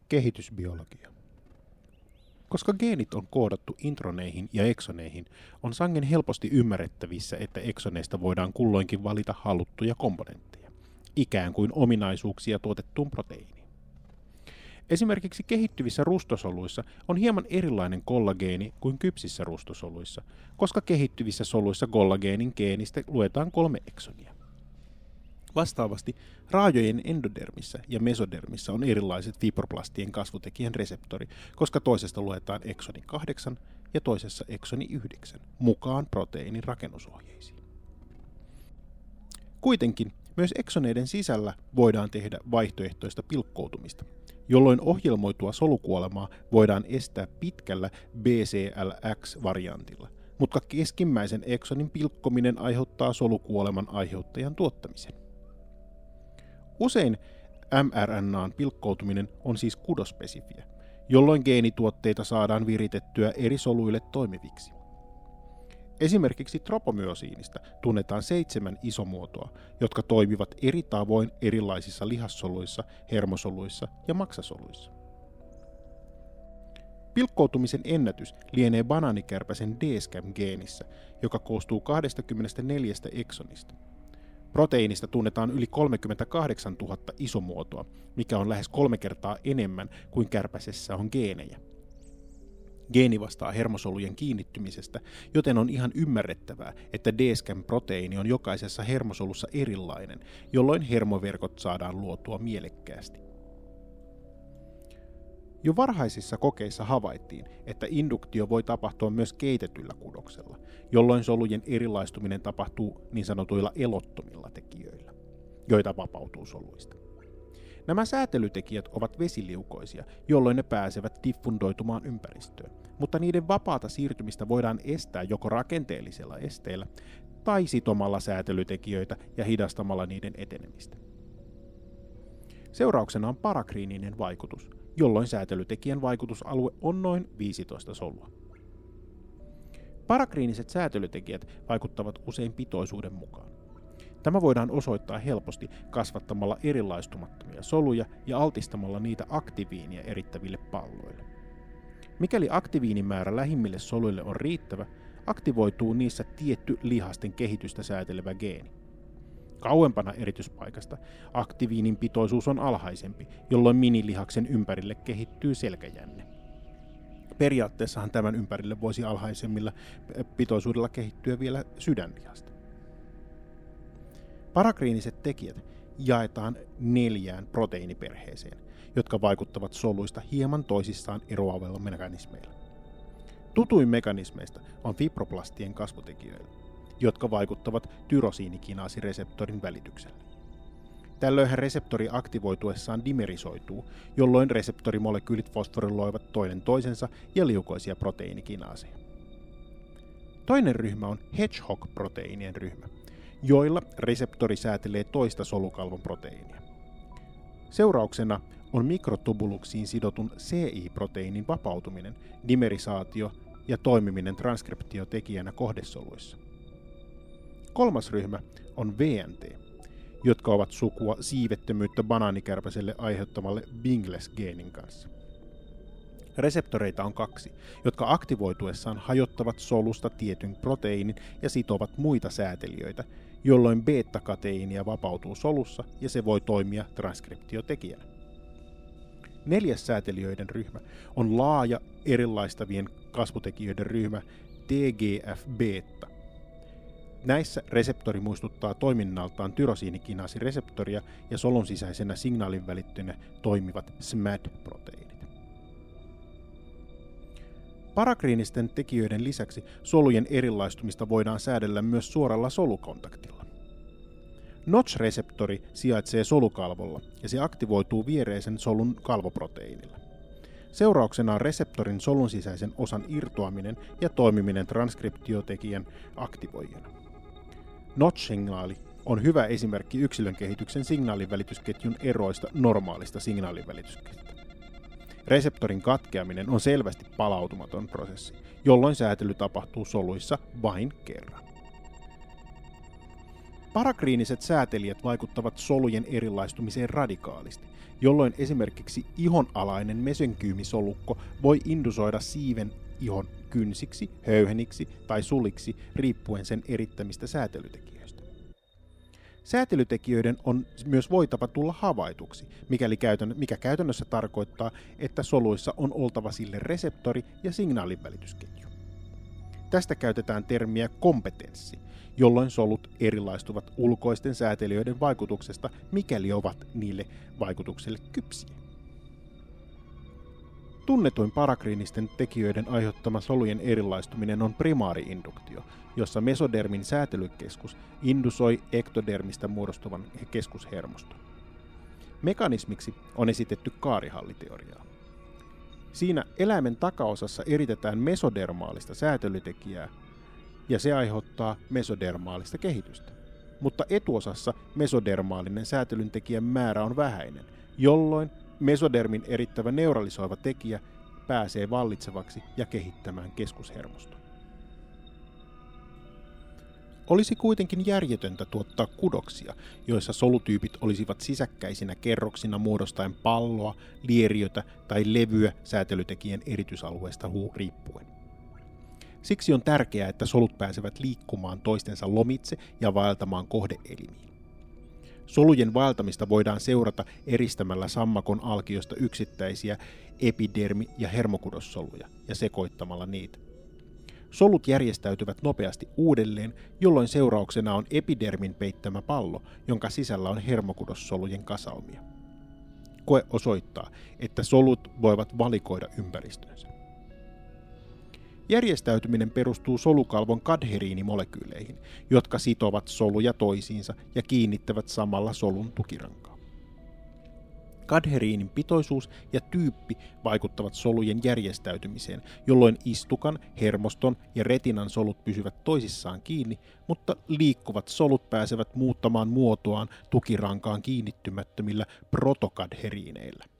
Kehitysbiologia. Koska geenit on koodattu introneihin ja eksoneihin, on sangen helposti ymmärrettävissä, että eksoneista voidaan kulloinkin valita haluttuja komponentteja, ikään kuin ominaisuuksia tuotettuun proteiiniin. Esimerkiksi kehittyvissä rustosoluissa on hieman erilainen kollageeni kuin kypsissä rustosoluissa, koska kehittyvissä soluissa kollageenin geenistä luetaan 3 eksonia. Vastaavasti raajojen endodermissä ja mesodermissä on erilaiset fibroblastien kasvutekijän reseptori, koska toisesta luetaan eksoni 8 ja toisessa eksoni 9, mukaan proteiinin rakennusohjeisiin. Kuitenkin myös eksoneiden sisällä voidaan tehdä vaihtoehtoista pilkkoutumista, jolloin ohjelmoitua solukuolemaa voidaan estää pitkällä BCLX-variantilla, mutta keskimmäisen eksonin pilkkominen aiheuttaa solukuoleman aiheuttajan tuottamisen. Usein mRNAn pilkkoutuminen on siis kudospesifiä, jolloin geenituotteita saadaan viritettyä eri soluille toimiviksi. Esimerkiksi tropomyosiinista tunnetaan 7 isomuotoa, jotka toimivat eri tavoin erilaisissa lihassoluissa, hermosoluissa ja maksasoluissa. Pilkkoutumisen ennätys lienee banaanikärpäsen DSCAM-geenissä, joka koostuu 24 eksonista. Proteiinista tunnetaan yli 38 000 isomuotoa, mikä on lähes 3 kertaa enemmän kuin kärpäsessä on geenejä. Geeni vastaa hermosolujen kiinnittymisestä, joten on ihan ymmärrettävää, että DSCAM-proteiini on jokaisessa hermosolussa erilainen, jolloin hermoverkot saadaan luotua mielekkäästi. Jo varhaisissa kokeissa havaittiin, että induktio voi tapahtua myös keitetyllä kudoksella, jolloin solujen erilaistuminen tapahtuu niin sanotuilla elottomilla tekijöillä, joita vapautuu soluista. Nämä säätelytekijät ovat vesiliukoisia, jolloin ne pääsevät diffundoitumaan ympäristöön, mutta niiden vapaata siirtymistä voidaan estää joko rakenteellisella esteellä tai sitomalla säätelytekijöitä ja hidastamalla niiden etenemistä. Seurauksena on parakliininen vaikutus, jolloin säätelytekijän vaikutusalue on noin 15 solua. Parakliiniset säätelytekijät vaikuttavat usein pitoisuuden mukaan. Tämä voidaan osoittaa helposti kasvattamalla erilaistumattomia soluja ja altistamalla niitä aktiviinia erittäville palloille. Mikäli aktiviinimäärä lähimmille soluille on riittävä, aktivoituu niissä tietty lihasten kehitystä säätelevä geeni. Kauempana erityspaikasta aktiviinin pitoisuus on alhaisempi, jolloin minilihaksen ympärille kehittyy selkäjänne. Periaatteessahan tämän ympärille voisi alhaisemmilla pitoisuudella kehittyä vielä sydänlihasta. Parakliiniset tekijät jaetaan 4 proteiiniperheeseen, jotka vaikuttavat soluista hieman toisissaan eroavilla mekanismeilla. Tutuin mekanismeista on fibroblastien kasvutekijöillä, jotka vaikuttavat tyrosiinikinaasireseptorin välityksellä. Tällöinhän reseptori aktivoituessaan dimerisoituu, jolloin reseptorimolekyylit fosforiloivat toinen toisensa ja liukoisia proteiinikinaaseja. Toinen ryhmä on hedgehog-proteiinien ryhmä, joilla reseptori säätelee toista solukalvon proteiinia. Seurauksena on mikrotubuluksiin sidotun CI-proteiinin vapautuminen, dimerisaatio ja toimiminen transkriptiotekijänä kohdesoluissa. Kolmas ryhmä on VNT, jotka ovat sukua siivettömyyttä banaanikärpäselle aiheuttamalle Bingles-geenin kanssa. Reseptoreita on 2, jotka aktivoituessaan hajottavat solusta tietyn proteiinin ja sitovat muita säätelijöitä, jolloin beta-kateiinia vapautuu solussa ja se voi toimia transkriptiotekijänä. 4. säätelijöiden ryhmä on laaja erilaistavien kasvutekijöiden ryhmä TGF-beta. Näissä reseptori muistuttaa toiminnaltaan tyrosiinikinaasireseptoria ja solun sisäisenä signaalin välittynä toimivat SMAD-proteiinit. Parakliinisten tekijöiden lisäksi solujen erilaistumista voidaan säädellä myös suoralla solukontaktilla. Notch-reseptori sijaitsee solukalvolla ja se aktivoituu viereisen solun kalvoproteiinilla. Seurauksena on reseptorin solun sisäisen osan irtoaminen ja toimiminen transkriptiotekijän aktivoijana. Notch-signaali on hyvä esimerkki yksilön kehityksen signaalinvälitysketjun eroista normaalista signaalinvälitysketjusta. Reseptorin katkeaminen on selvästi palautumaton prosessi, jolloin säätely tapahtuu soluissa vain kerran. Parakliiniset säätelijät vaikuttavat solujen erilaistumiseen radikaalisti, jolloin esimerkiksi ihonalainen mesenkyymisolukko voi indusoida siiven ihon kynsiksi, höyheniksi tai suliksi riippuen sen erittämistä säätelytekijöistä. Säätelytekijöiden on myös voitava tulla havaituksi, mikä käytännössä tarkoittaa, että soluissa on oltava sille reseptori- ja signaalinvälitysketju. Tästä käytetään termiä kompetenssi, jolloin solut erilaistuvat ulkoisten säätelijöiden vaikutuksesta, mikäli ovat niille vaikutukselle kypsiä. Tunnetuin parakliinisten tekijöiden aiheuttama solujen erilaistuminen on primaariinduktio, jossa mesodermin säätelykeskus indusoi ektodermistä muodostuvan keskushermoston. Mekanismiksi on esitetty kaarihalliteoriaa. Siinä eläimen takaosassa eritetään mesodermaalista säätelytekijää, ja se aiheuttaa mesodermaalista kehitystä. Mutta etuosassa mesodermaalinen säätelyntekijän määrä on vähäinen, jolloin mesodermin erittävä neuralisoiva tekijä pääsee vallitsevaksi ja kehittämään keskushermoston. Olisi kuitenkin järjetöntä tuottaa kudoksia, joissa solutyypit olisivat sisäkkäisinä kerroksina muodostaen palloa, lieriötä tai levyä säätelytekijän erityisalueesta riippuen. Siksi on tärkeää, että solut pääsevät liikkumaan toistensa lomitse ja vaeltamaan kohdeelimiin. Solujen vaeltamista voidaan seurata eristämällä sammakon alkiosta yksittäisiä epidermi- ja hermokudossoluja ja sekoittamalla niitä. Solut järjestäytyvät nopeasti uudelleen, jolloin seurauksena on epidermin peittämä pallo, jonka sisällä on hermokudossolujen kasaumia. Koe osoittaa, että solut voivat valikoida ympäristönsä. Järjestäytyminen perustuu solukalvon kadheriinimolekyyleihin, jotka sitovat soluja toisiinsa ja kiinnittävät samalla solun tukirankaa. Kadheriinin pitoisuus ja tyyppi vaikuttavat solujen järjestäytymiseen, jolloin istukan, hermoston ja retinan solut pysyvät toisissaan kiinni, mutta liikkuvat solut pääsevät muuttamaan muotoaan tukirankaan kiinnittymättömillä protokadheriineillä.